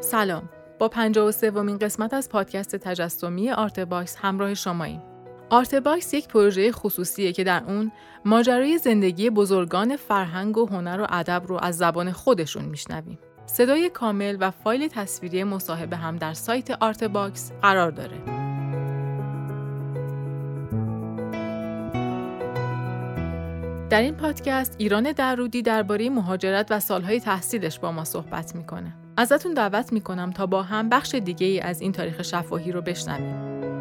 سلام، با 53مین قسمت از پادکست تجسمی آرت باکس همراه شماییم. آرت باکس یک پروژه خصوصیه که در اون ماجرای زندگی بزرگان فرهنگ و هنر و ادب رو از زبان خودشون میشنویم. صدای کامل و فایل تصویری مصاحبه هم در سایت آرت باکس قرار داره. در این پادکست ایران درودی درباره مهاجرت و سالهای تحصیلش با ما صحبت میکنه. ازتون دعوت میکنم تا با هم بخش دیگه ای از این تاریخ شفاهی رو بشنویم.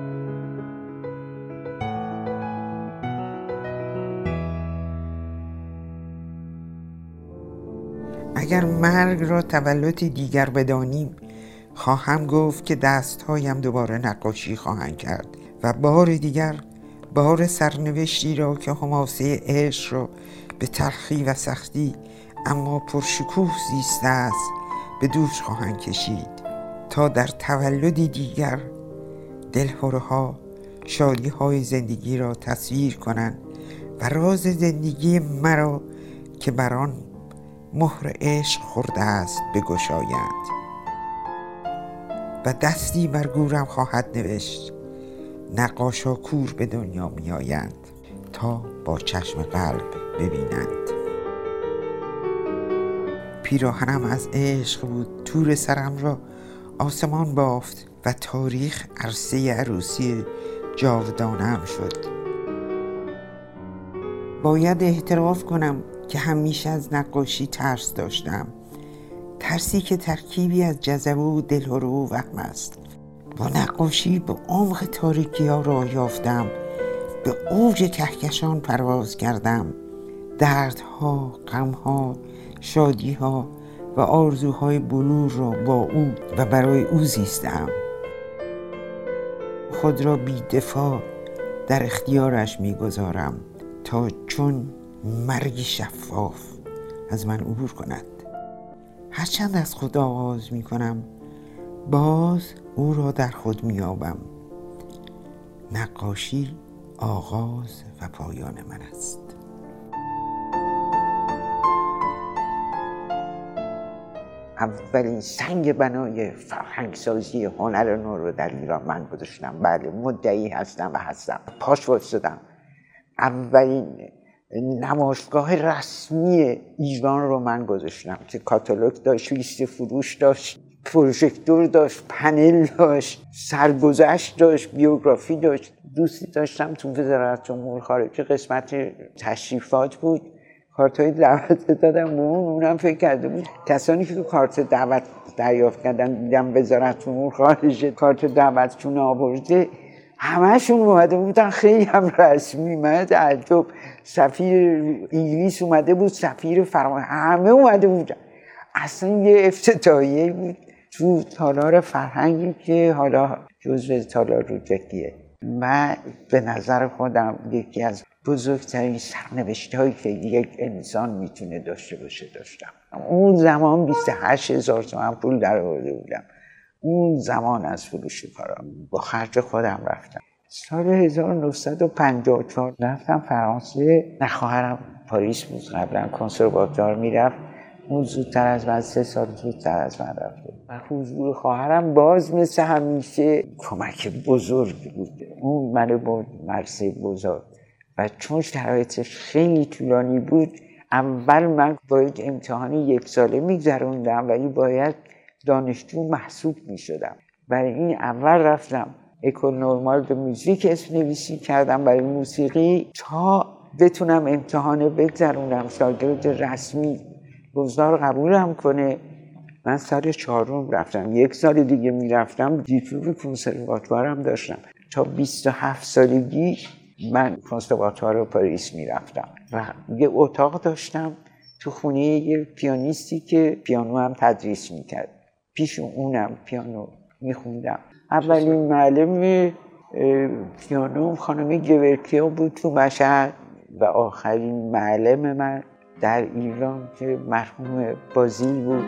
اگر مرگ را تولدی دیگر بدانیم، خواهم گفت که دستهایم دوباره نقاشی خواهند کرد و بار دیگر بار سرنوشتی را که حماسه عشق را به تلخی و سختی اما پرشکوه زیسته است به دوش خواهند کشید تا در تولدی دیگر دلهره‌ها شادی‌های زندگی را تصویر کنند و راز زندگی مرا که بر آن مهر عشق خورده است بگشایند و دستی بر گورم خواهد نوشت: نقاشا کور به دنیا می آیند تا با چشم قلب ببینند. پیراهنم از عشق بود، تور سرم را آسمان بافت و تاریخ عرصه عروسی جاودانم شد. باید اعتراف کنم که همیشه از نقاشی ترس داشتم، ترسی که ترکیبی از جذبه و دلهره و وهم است. با نقاشی به عمق تاریکی ها راه یافتم، به اوج کهکشان پرواز کردم، دردها، غمها، شادیها و آرزوهای بلور را با او و برای او زیستم. خود را بی دفاع در اختیارش میگذارم تا چون مرگی شفاف از من عبور کند. هرچند از خود آغاز می کنم، باز او را در خود می یابم. نقاشی آغاز و پایان من است. اولین سنگ بنای فرهنگسازی هنر نو رو در ایران من گذاشتم. بله، مدعی هستم و هستم. پاش وایسادم. اولین نمایشگاه رسمی ایران رو من گذاشتم که کاتالوگ داشت، لیست فروش داشت، پروژکتور داشت، پنل داشت، سرگذشت داشت، بیوگرافی داشت. دوستی داشتم تو وزارت امور خارجه قسمت تشریفات بود، کارت‌های دعوت دادم به اونم فکر کرده بود کسانی که کارت دعوت دریافت کردن، دیدم وزارت امور خارجه کارت دعوتشون آورده، همه‌شون اومده بودن، خیلی هم رسمی. من تعجب، سفیر انگلیس اومده بود، سفیر فرانسه، همه اومده بودن. اصلا یه افتتاحیه بود تو تالار فرهنگی که حالا جزو تالار روجکیه. من به نظر خودم یکی از بزرگترین سرنوشت‌هایی که یک انسان میتونه داشته باشه داشتم. اون زمان 28,000 تومان پول درآورده بودم. اون زمان از فروش کارم با خرج خودم رفتم. سال 1954 رفتم فرانسه. خواهرم پاریس بود، قبلا کنسرواتوار میرفت. اون زودتر از من، 3 سال زودتر از من رفته و حضور خواهرم باز مثل همیشه کمک بزرگی بود. اون منو با مرسی بزرگ و چون شرایطش خیلی طولانی بود، اول من باید امتحان 1 ساله میگذروندم ولی باید دانشجو محسوب میشدم. برای این اول رفتم اکول نورمال دو موزیک اسم نویسی کردم برای موسیقی تا بتونم امتحان بگذرونم، شاگرد رسمی گذار قبولم کنه. من سال 4 رفتم. 1 سال دیگه میرفتم، دیپلم کنسرواتوارم داشتم. تا 27 سالگی من کنسرواتوار پاریس میرفتم و یه اتاق داشتم تو خونه یه پیانیستی که پیانو هم تدریس میکرد. پیش اونم پیانو میخوندم. اولین معلم پیانو خانم گورکیا بود تو مشهد و آخرین معلم من در ایران که مرحوم بازیل بود.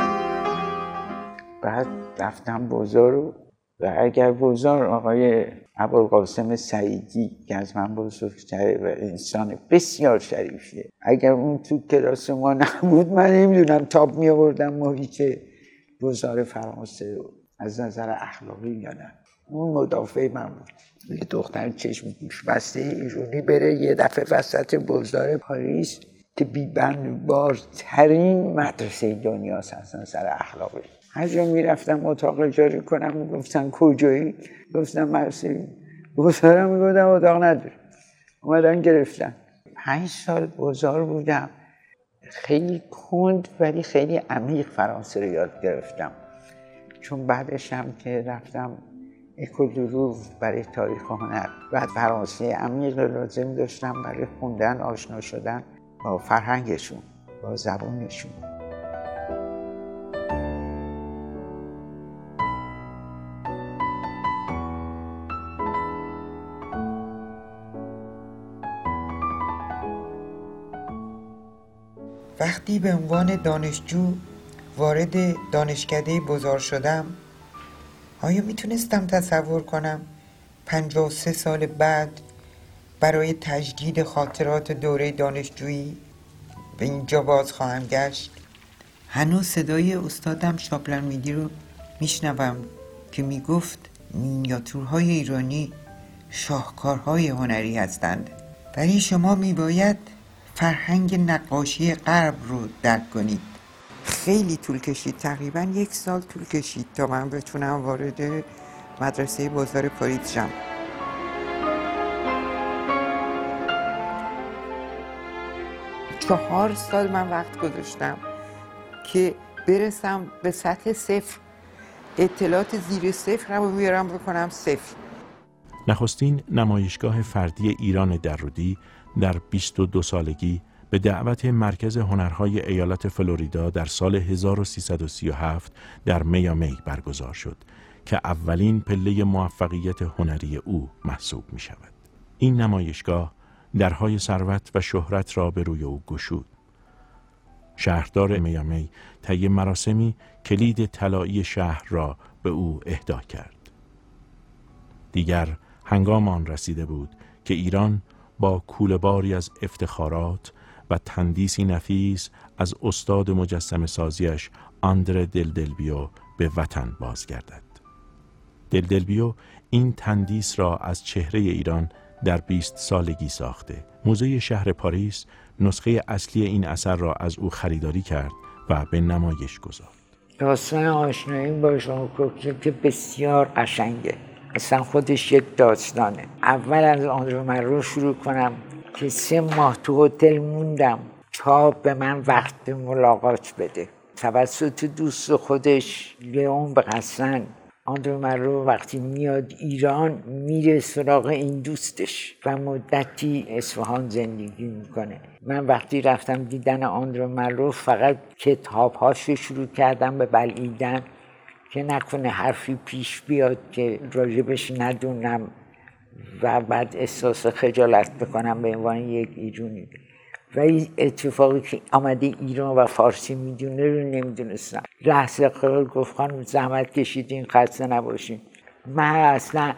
بعد رفتم بازار و اگر بازار آقای ابوالقاسم سعیدی که از من بزرگتره و انسان بسیار شریفیه. اگر اون تو کلاس ما نبود من نمیدونم تاب می آوردم محیط گذار فرانسه رو از نظر اخلاقی یا نه. اون مدافع من بود. یه دختر چشم گوش بسته ایرونی بره یه دفعه وسط بازار پاریس که بی‌بندبارترین مدرسه دنیاست از نظر اخلاقی. هر جا میرفتم اتاق اجاره کنم میگفتن کجایی؟ گفتم مرسی. بازارم میگفتم اتاق نداره. اومدن گرفتن. 5 سال بازار بودم. خیلی کند ولی خیلی عمیق فرانسه رو یاد گرفتم. چون بعدش هم که رفتم اکول دو لوور برای تاریخ و هنر و فرانسه عمیق لازم داشتم برای خوندن، آشنا شدن با فرهنگشون، با زبانشون. وقتی به عنوان دانشجو وارد دانشکده بازار شدم، آیا میتونستم تصور کنم 53 سال بعد برای تجدید خاطرات دوره دانشجویی به اینجا باز خواهم گشت؟ هنوز صدای استادم شابلن میدی رو میشنوم که میگفت مینیاتورهای ایرانی شاهکارهای هنری هستند، ولی شما میباید فرهنگ نقاشی غرب رو درک کنید. خیلی طول کشید، تقریبا 1 سال طول کشید تا من بتونم وارد مدرسه بازار پاریس شم. چهار سال من وقت گذاشتم که برسم به سطح 0. اطلاعات زیر 0 رو بیارم بکنم 0. نخستین نمایشگاه فردی ایران درودی در 22 سالگی به دعوت مرکز هنرهای ایالت فلوریدا در سال 1337 در میامی برگزار شد که اولین پله موفقیت هنری او محسوب می شود. این نمایشگاه درهای ثروت و شهرت را به روی او گشود. شهردار میامی طی مراسمی کلید طلایی شهر را به او اهدا کرد. دیگر هنگام آن رسیده بود که ایران با کوله‌باری از افتخارات و تندیسی نفیس از استاد مجسمه سازیش آندره دلدلبیو به وطن بازگردد. دلدلبیو این تندیس را از چهره ایران در 20 سالگی ساخته. موزه شهر پاریس نسخه اصلی این اثر را از او خریداری کرد و به نمایش گذارد. داستان آشنایی با ژان کوکتل که بسیار قشنگه. اصلا خودش یک داستانه. اول از آندره مالرو شروع کنم که 3 ماه تو هتل موندم تا به من وقت ملاقات بده. توسط دوست خودش لیون بقسن آندره مالرو وقتی میاد ایران میره سراغ این دوستش و مدتی اصفهان زندگی میکنه. من وقتی رفتم دیدن آندره مالرو فقط کتابهاش شروع کردم به بلعیدن که نکنه حرفی پیش بیاد که راجبش ندونم و بعد احساس خجالت بکنم به عنوان یک ایرانی. و این اتفاقی که آمده ایران و فارسی میدونه رو نمیدونستم. لحظه قبل گفت خانم زحمت کشیدین خسته نباشین. من اصلا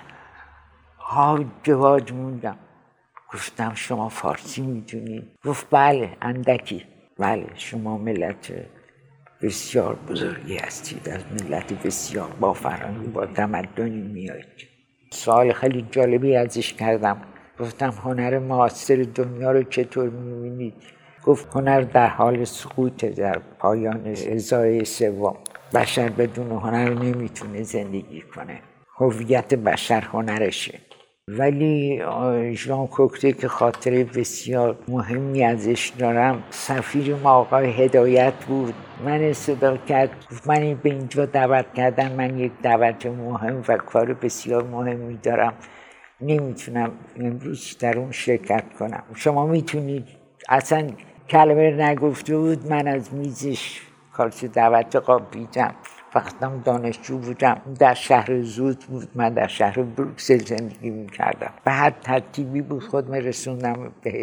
هاج موندم. گفتم شما فارسی میدونید؟ گفت بله اندکی. بله شما ملت بسیار بزرگی هستید، از ملت بسیار با فرهنگ و با تمدنی میایید. سوال خیلی جالبی ازش کردم. گفتم هنر معاصر دنیا رو چطور می‌بینید؟ گفت هنر در حال سقوطه در پایان هزاره 3. بشر بدون هنر نمیتونه زندگی کنه. هویت بشر هنرشه. ولی ژان کوکتل که خاطره بسیار مهمی ازش دارم، سفیر ما آقای هدایت بود. من صدا کرد، گفت من به اینجا دعوت کردن، من یک دعوت مهم و کار بسیار مهمی دارم، نمیتونم امروز در اون شرکت کنم. شما میتونید. اصلا کلمه نگفته بود، من از میزش کارت دعوت قابلیدم. وقتم دانشجو بودم، در شهر زود بود، من در شهر بروکسل زندگی میکردم. به هر ترتیبی بود خودم رسوندم بهش.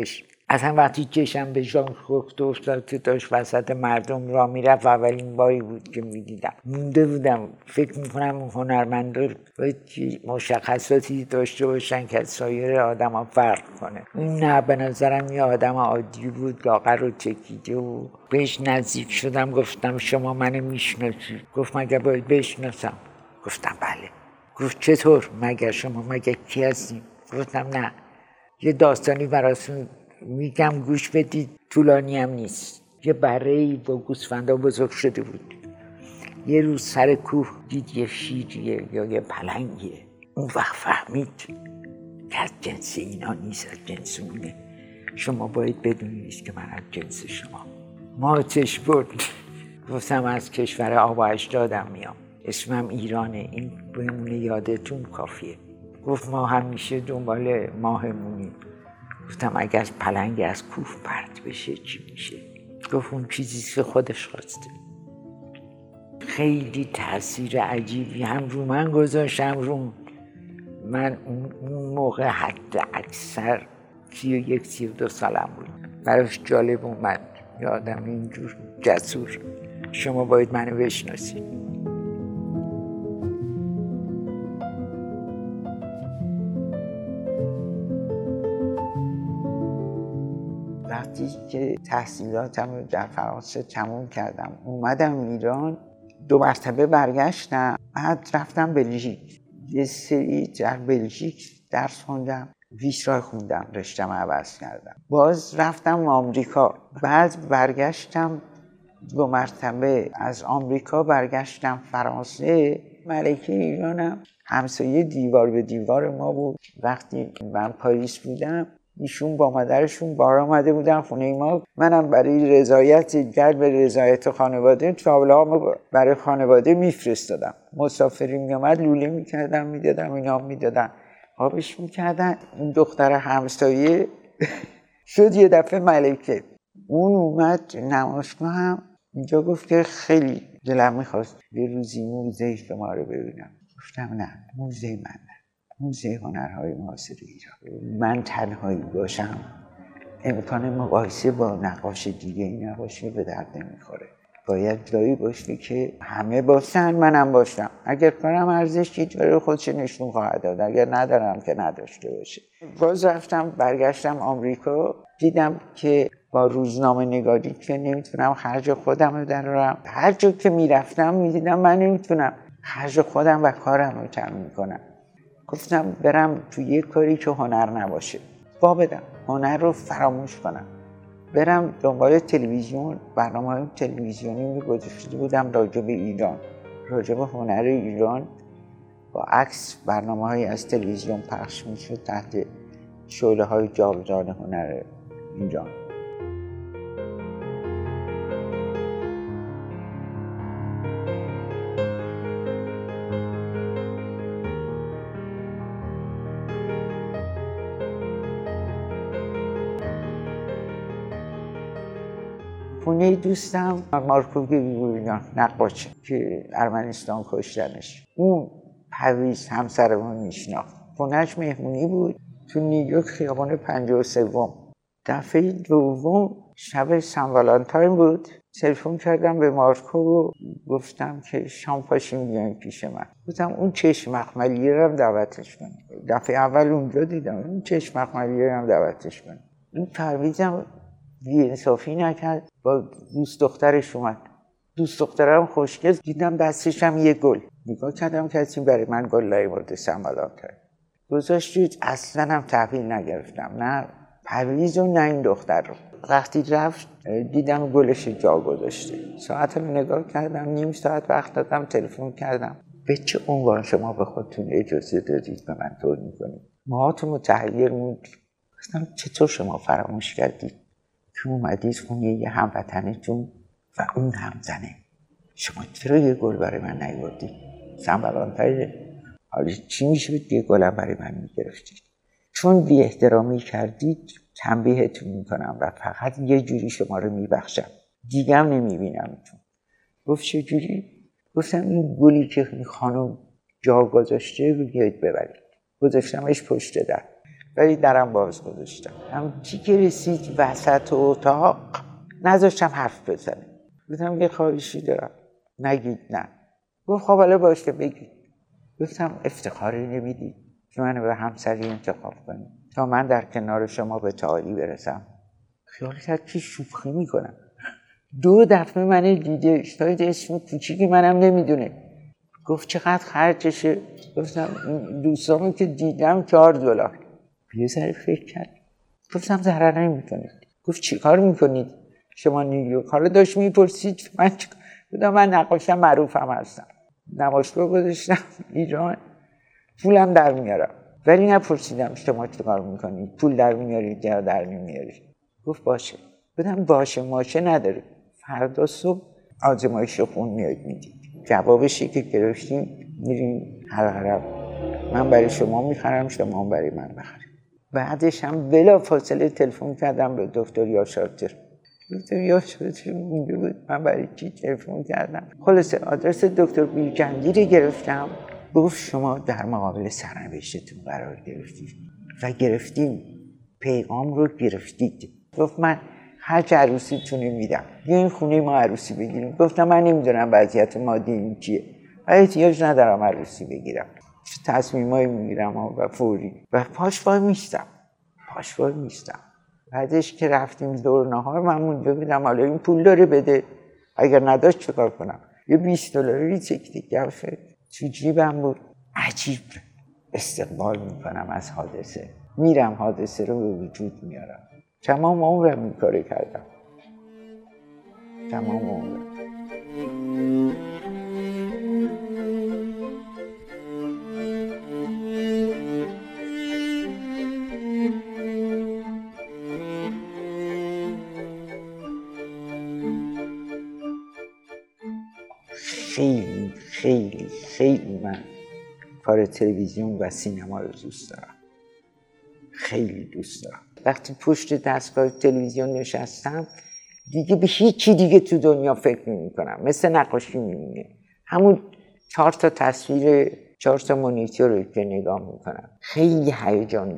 اصلا وقتی چشم به ژان کوکتو افتاد که داشت وسط مردم را میرفت، اولین باری بود که میدیدم، مونده بودم. فکر میکنم هنرمندا باید مشخصاتی داشته باشن که از سایر آدم ها فرق کنه. اون نه، به نظرم یه آدم عادی بود، لاغر و چکیده، و بهش نزدیک شدم گفتم شما منو میشناسی؟ گفت مگه باید بشناسم؟ گفتم بله. گفت چطور؟ مگه شما مگه کی هستیم؟ گفتم نه، یه داستانی براتون میگم گوش بدید، طولانی هم نیست. یه بره‌ای با گوسفندا بزرگ شده بود. یه روز سر کوه دید یه شیریه یا یه پلنگیه. اون وقت فهمید که از جنس اینا نیست، از جنس اونه. شما باید بدونید که من از جنس شما. ماتش برد. گفتم از کشور آب و اجدادم میام، اسمم ایرانه، این بمونه یادتون کافیه. گفت ما همیشه دنبال ماهمونیم. گفتم اگه از پلنگ از کوه پرت بشه چی میشه؟ گفت اون چیزی که خودش خواسته. خیلی تاثیر عجیبی هم رو من گذاشتم. رو من اون موقع حد اکثر 31-32 سالم بود. براش جالب اومد یه آدم اینجور جسور. شما باید منو بشناسید. وقتی که تحصیلاتم رو در فرانسه تموم کردم اومدم ایران، 2 مرتبه برگشتم، بعد رفتم بلژیک. یه سری در بلژیک درس خوندم، ویسرای خوندم، رشته‌مو عوض کردم. باز رفتم آمریکا، بعد برگشتم 2 مرتبه از آمریکا برگشتم فرانسه. ملکه ایرانم همسایه دیوار به دیوار ما بود. وقتی من پاریس بودم ایشون با مادرشون بار آمده بودن خونه ما. منم برای جلب رضایت خانواده تابلوهامو برای خانواده میفرستادم. مسافری میامد لوله میکردم میدادم، اینا میدادن، آبش میکردن. این دختر همسایه شد یه دفعه ملکه. اون اومد نمایشگاه هم اینجا، گفت که خیلی دلم میخواست یه روزی موزه شما رو ببینم. گفتم نه، موزه من نه، موزه هنرهای معاصر ایران. من تنهایی باشم امکان مقایسه با نقاش دیگه این نقاشی به درد نمیخوره. باید جایی باشه که همه باشن، منم باشم. اگر کارم ارزشی داره خودش نشون خواهد داد، اگر ندارم که نداشته باشه. باز رفتم برگشتم آمریکا، دیدم که با روزنامه نگاری که نمیتونم خرج خودم رو درارم. هر جا که میرفتم میدیدم من نمیتونم خرج خودم و کارم رو تامین کنم. گفتم برم تو یه کاری که هنر نباشه، بدم هنر رو فراموش کنم، برم دنبال تلویزیون. برنامه‌های تلویزیونی می‌گذاشته بودم راجع به ایران، راجع به هنر ایران، با عکس برنامه‌های از تلویزیون پخش می‌شد تحت شعله‌های جاودان هنر ایران. خونه دوستم مارکو گریگوریان نقاشه که ارمنستان کشتنش. اون پرویز همسرمون میشناخت. خونهش مهمونی بود تو نیویورک، خیابان 53. دفعه دوم شب سن والنتاین بود، تلفن کردم به مارکو و گفتم که شام پاشیم بیاین پیش من. گفتم اون چشم مخملیه رو هم دعوتش کنم. دفعه اول اونجا دیدم، اون چشم مخملیه رو هم دعوتش کنم. این پرویزم بی‌انصافی نکرد، با دوست دخترش اومد. دوست دخترم خوشگل، دیدم دستش هم یه گل. نگاه کردم کسی برای من گل نیاورده سن والنتاین. گذاشت، اصلا هم تحویل نگرفتم، نه پرویز و نه این دختر رو. وقتی رفت دیدم گلش جا گذاشته. ساعت رو نگاه کردم، نیم ساعت وقت دادم، تلفن کردم. به چه عنوان شما به خودتون اجازه دادید به من طور میکنید؟ موهاتون متحیر موند. گفتم چطور شما فراموش کردید که اومدید خونه یه هموطنتون و اون هم زنه؟ شما چرا یه گل برای من نیاوردید؟ سن والنتاین حالا چی میشد یه گلم برای من میگرفتید؟ چون بی احترامی کردید تنبیهتون میکنم و فقط یه جوری شما رو میبخشم، دیگه هم نمیبینمتون. گفت چه جوری؟ گفتم این گلی که خانم جا گذاشته رو بیایید ببرید. گذاشتمش پشت در. ولی درم باز گذاشتم. همچی که رسید وسط اتاق نذاشتم حرف بزنه. گفتم یه خواهشی دارم. نگید نه. گفت خب حالا باشه بگید. گفتم افتخاری نمیدید که منو به همسری انتخاب کنید تا من در کنار شما به تعالی برسم. خیال کرد که شوخی میکنم. 2 دفعه من دیده، شاید اسم کوچیکی منم نمیدونه. گفت چقدر خرجشه؟ گفتم دوستامو که دیدم $4. یه ذره فکر کرد. گفتم ضرر نمیکنید. گفت چی کار میکنید شما نیویورک؟ حالا داشت میپرسید من گفتم من نقاشم معروفم هستم، نمایشگاه گذاشتم ایران، پولم در میارم. ولی نپرسیدم شما چی کار میکنید، پول در میارید یا در نمیارید. گفت باشه. گفتم باشه ماشه نداره، فردا صبح آزمایش خون میاد میدید. جوابشی که گرفتیم میریم هر من برای شما میخرم، شما برای من بخریم. بعدش هم بلا فاصله تلفن کردم به دکتر یاشاتر. دکتر یاشاتر میگه بود من برای چی تلفن کردم. خلاصه آدرس دکتر بیرجندی رو گرفتم. گفت شما در مقابل سرنوشتتون قرار گرفتید و گرفتیم، پیغام رو گرفتید. گفت من هر چه عروسیتونه میدم، بیاین خونه ما عروسی بگیریم. گفتم من نمیدونم وضعیت مادی این چیه، احتیاج ندارم عروسی بگیرم، تصمیمایی میگیرم و فوری و پاش وای میستم. بعدش که رفتیم دور نهار من مونده بودم، حالا این پول داره بده، اگر نداشت چکار کنم؟ یه $20 تک تو جیبم بود. عجیب استقبال میکنم از حادثه، میرم حادثه رو به وجود میارم. تمام عمرم این کاری کردم، تمام عمرم. خیلی خیلی خیلی من کار تلویزیون و سینما رو دوست دارم، خیلی دوست دارم. وقتی پشت دستگاه تلویزیون نشستم دیگه به هیچی دیگه تو دنیا فکر نمی کنم، مثل نقاشی میمونه. همون 4 تا تصویر 4 تا مانیتور رو که نگاه میکنم خیلی هیجان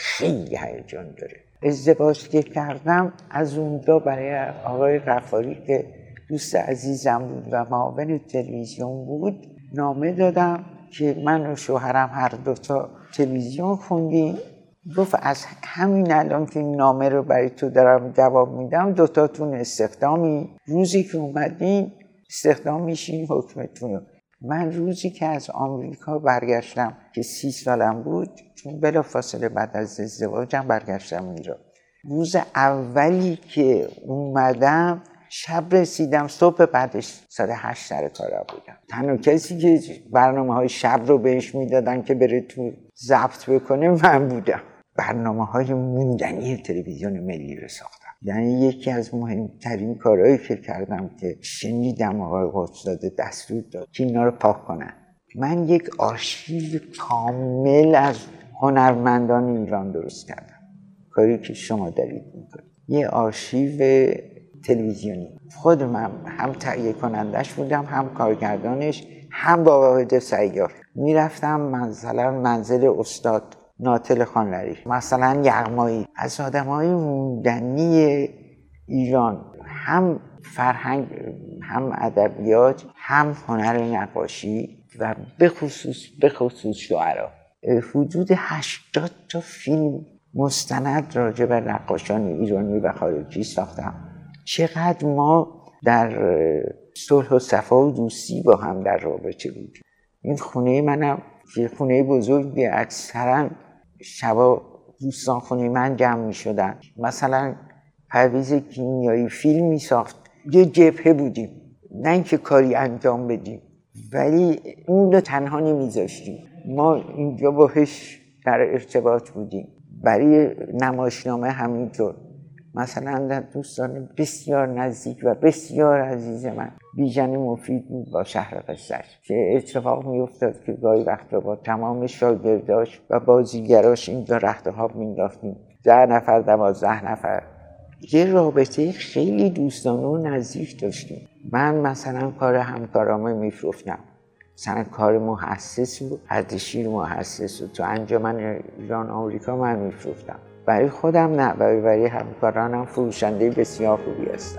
داره. ازدواج که کردم از اونجا برای آقای غفاری که دوست عزیزم بود و معاون تلویزیون بود نامه دادم که من و شوهرم هر 2 تا تلویزیون خوندیم. گفت از همین الان که این نامه رو برای تو دارم جواب میدم 2 تاتون استخدامی، روزی که اومدین استخدام میشین حکمتون. من روزی که از آمریکا برگشتم که 30 سالم بود، چون بلافاصله بعد از ازدواجم برگشتم ایران، روز اولی که اومدم شب رسیدم، صبح بعدش ساعت 8 سر کار بودم. تنها کسی که برنامه‌های شب رو بهش میدادن که بره تو ضبط بکنه من بودم. برنامه‌های موندنی تلویزیون ملی رو ساختم. یعنی یکی از مهمترین کارهایی که کردم که شنیدم آقای قدس‌زاده دستور داد که اینا رو پاک کنن. من یک آرشیو کامل از هنرمندان ایران درست کردم، کاری که شما دارید میکنید. یه آرشیو تلویزیونی. خودم هم تهیه کنندش بودم، هم کارگردانش، هم با واحد سیار. میرفتم مثلا منزل استاد ناطل خانلری، مثلا یغمایی، از آدمای موندنی ایران، هم فرهنگ، هم ادبیات، هم هنر نقاشی و به خصوص شعرا. حدود 80 تا فیلم مستند راجع به نقاشان ایرانی و خارجی ساختم. چقدر ما در صلح و صفا و دوستی با هم در رابطه بودیم. این خونه منم که خونه بزرگی، اکثرا شبا دوستان خونه من جمع می شدن. مثلا پرویز کیمیایی فیلم می ساخت، یه جبهه بودیم، نه اینکه کاری انجام بدیم ولی اون رو تنها نمی ذاشتیم. ما اینجا باهاش در ارتباط بودیم. برای نمایشنامه همینطور. مثلا دوستان بسیار نزدیک و بسیار عزیز من بیژن مفید بود با شهر قصه‌اش که اتفاق میافتاد که گاهی وقتا با تمام شاگرداش و بازیگراش اینجا رخت خواب مینداختیم، 10 نفر 12 نفر. یه رابطه خیلی دوستانه و نزدیک داشتیم. من مثلا کار همکارامو میفروختم، مثلا کار محسس و اردشیر محسس و تو انجمن ایران آمریکا من میفروختم. برای خودم نه، برای همکارانم فروشنده بسیار خوبی هستم.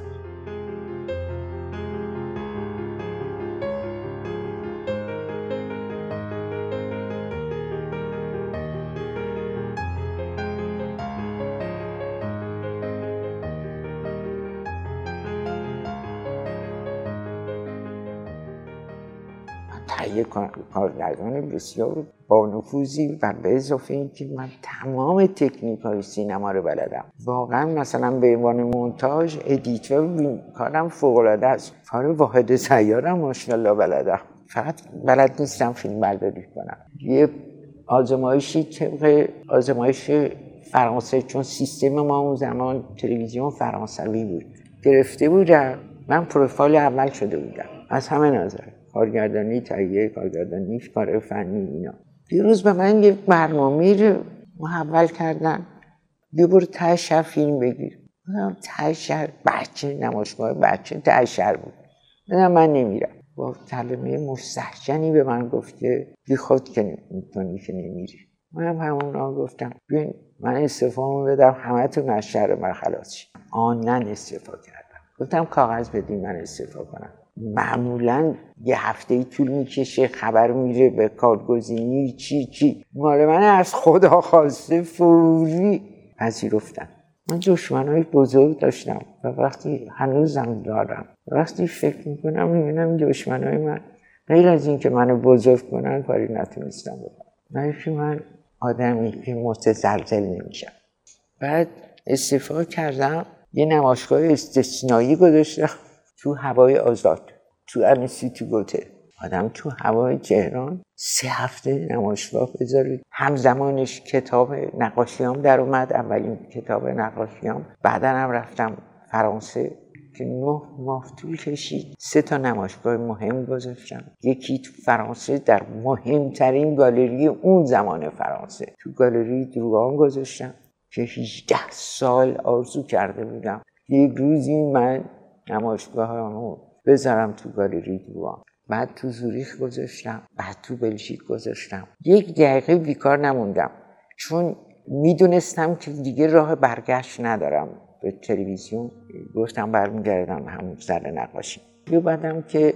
تهیه کارگردان بسیار با نفوذی و به اضافه اینکه من تمام تکنیک های سینما رو بلدم. واقعا مثلا به عنوان مونتاژ، ادیتور کارم فوق العاده است. کار واحد سیارم ماشاءالله بلدم. فقط بلد نیستم فیلم برداری کنم. یه آزمایشی طبق آزمایش فرانسه، چون سیستم ما اون زمان تلویزیون فرانسوی بود، گرفته بودم. من پروفایل اول شده بودم از همه نظر، کارگردانی، تهیه کارگردانی، کار فنی، اینا. یه روز به من یه برنامه رو محول کردن، یه برو ته شهر فیلم بگیر. ته شهر بچه، نمایشگاه بچه ته شهر بود. من نمیرم. با کلمه مستحجنی به من گفت که بی خود که میتونی که نمیری. من همون گفتم ببین من استعفامو بدم، همه تون از شهر من خلاص شید. آنن استعفا کردم. گفتم کاغذ بدین من استعفا کنم. معمولا یه هفته طول میکشه، خبر میره به کارگزینی چی مال من از خدا خواسته فوری پذیرفتم. من دشمنای بزرگ داشتم و وقتی هنوزم دارم، وقتی فکر میکنم میبینم دشمنای من غیر از این که منو بزرگ کنن کاری نتونستم بکنم. من آدمی که متزلزل نمیشم. بعد استعفا کردم، یه نمایشگاه استثنایی گذاشتم تو هوای آزاد، تو انستیتو گوته. آدم تو هوای تهران 3 هفته نمایشگاه بذارید. همزمانش کتاب نقاشیام در اومد، اولین کتاب نقاشیام. بعدا هم رفتم فرانسه که 9 ماه طول کشید. 3 تا نمایشگاه مهم گذاشتم. یکی تو فرانسه در مهمترین گالری اون زمان فرانسه، تو گالری دروان گذاشتم که 18 سال آرزو کرده بودم یک روزی من نمایشگاهمو بذارم تو گالری دروان. بعد تو زوریخ گذاشتم، بعد تو بلژیک گذاشتم. 1 دقیقه بیکار نموندم، چون میدونستم که دیگه راه برگشت ندارم به تلویزیون. گفتم برمیگردم همون سر نقاشی. یه بعدم که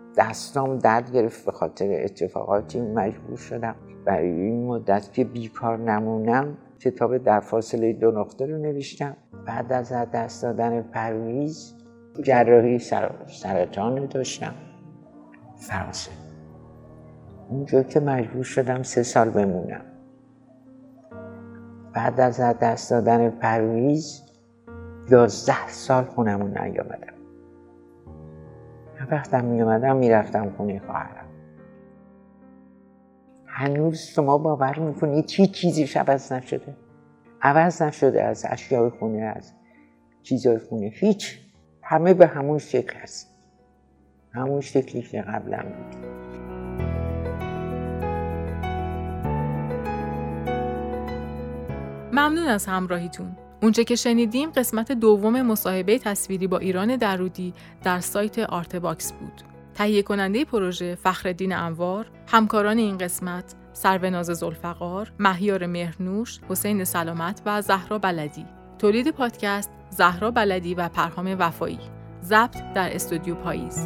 دستام درد گرفت به خاطر اتفاقاتی، مجبور شدم برای این مدت که بیکار نمونم کتاب در فاصله 2 نقطه رو نوشتم. بعد از دست دادن پرویز جراحی سرطان داشتم فرانسه. اونجا که مجبور شدم 3 سال بمونم. بعد از دست دادن پرویز 11 سال خونمون نیامدم. وقتم میامدم میرفتم خونه خواهرم. هنوز شما باور میکنید هیچ چیزیش عوض نشده از اشیاء خونه، از چیزای خونه، هیچ. همه به همون شکل هست، همون شکلی که قبلا بود. ممنون از همراهیتون. اونچه که شنیدیم قسمت دوم مصاحبه تصویری با ایران درودی در سایت آرتباکس بود. تهیه کننده پروژه فخرالدین انوار، همکاران این قسمت سروناز ذوالفقار، مهیار مهرنوش، حسین سلامت و زهرا بلدی. تولید پادکست زهرا بلدی و پرهام وفایی. ضبط در استودیو پاییز.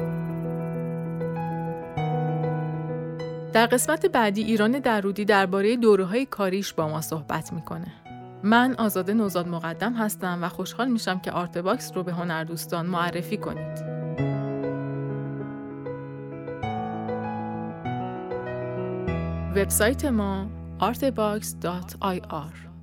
در قسمت بعدی ایران درودی درباره دوره‌های کاریش با ما صحبت میکنه. من آزاده نوزاد مقدم هستم و خوشحال میشم که آرتباکس رو به هنردوستان معرفی کنید. وبسایت ما artbox.ir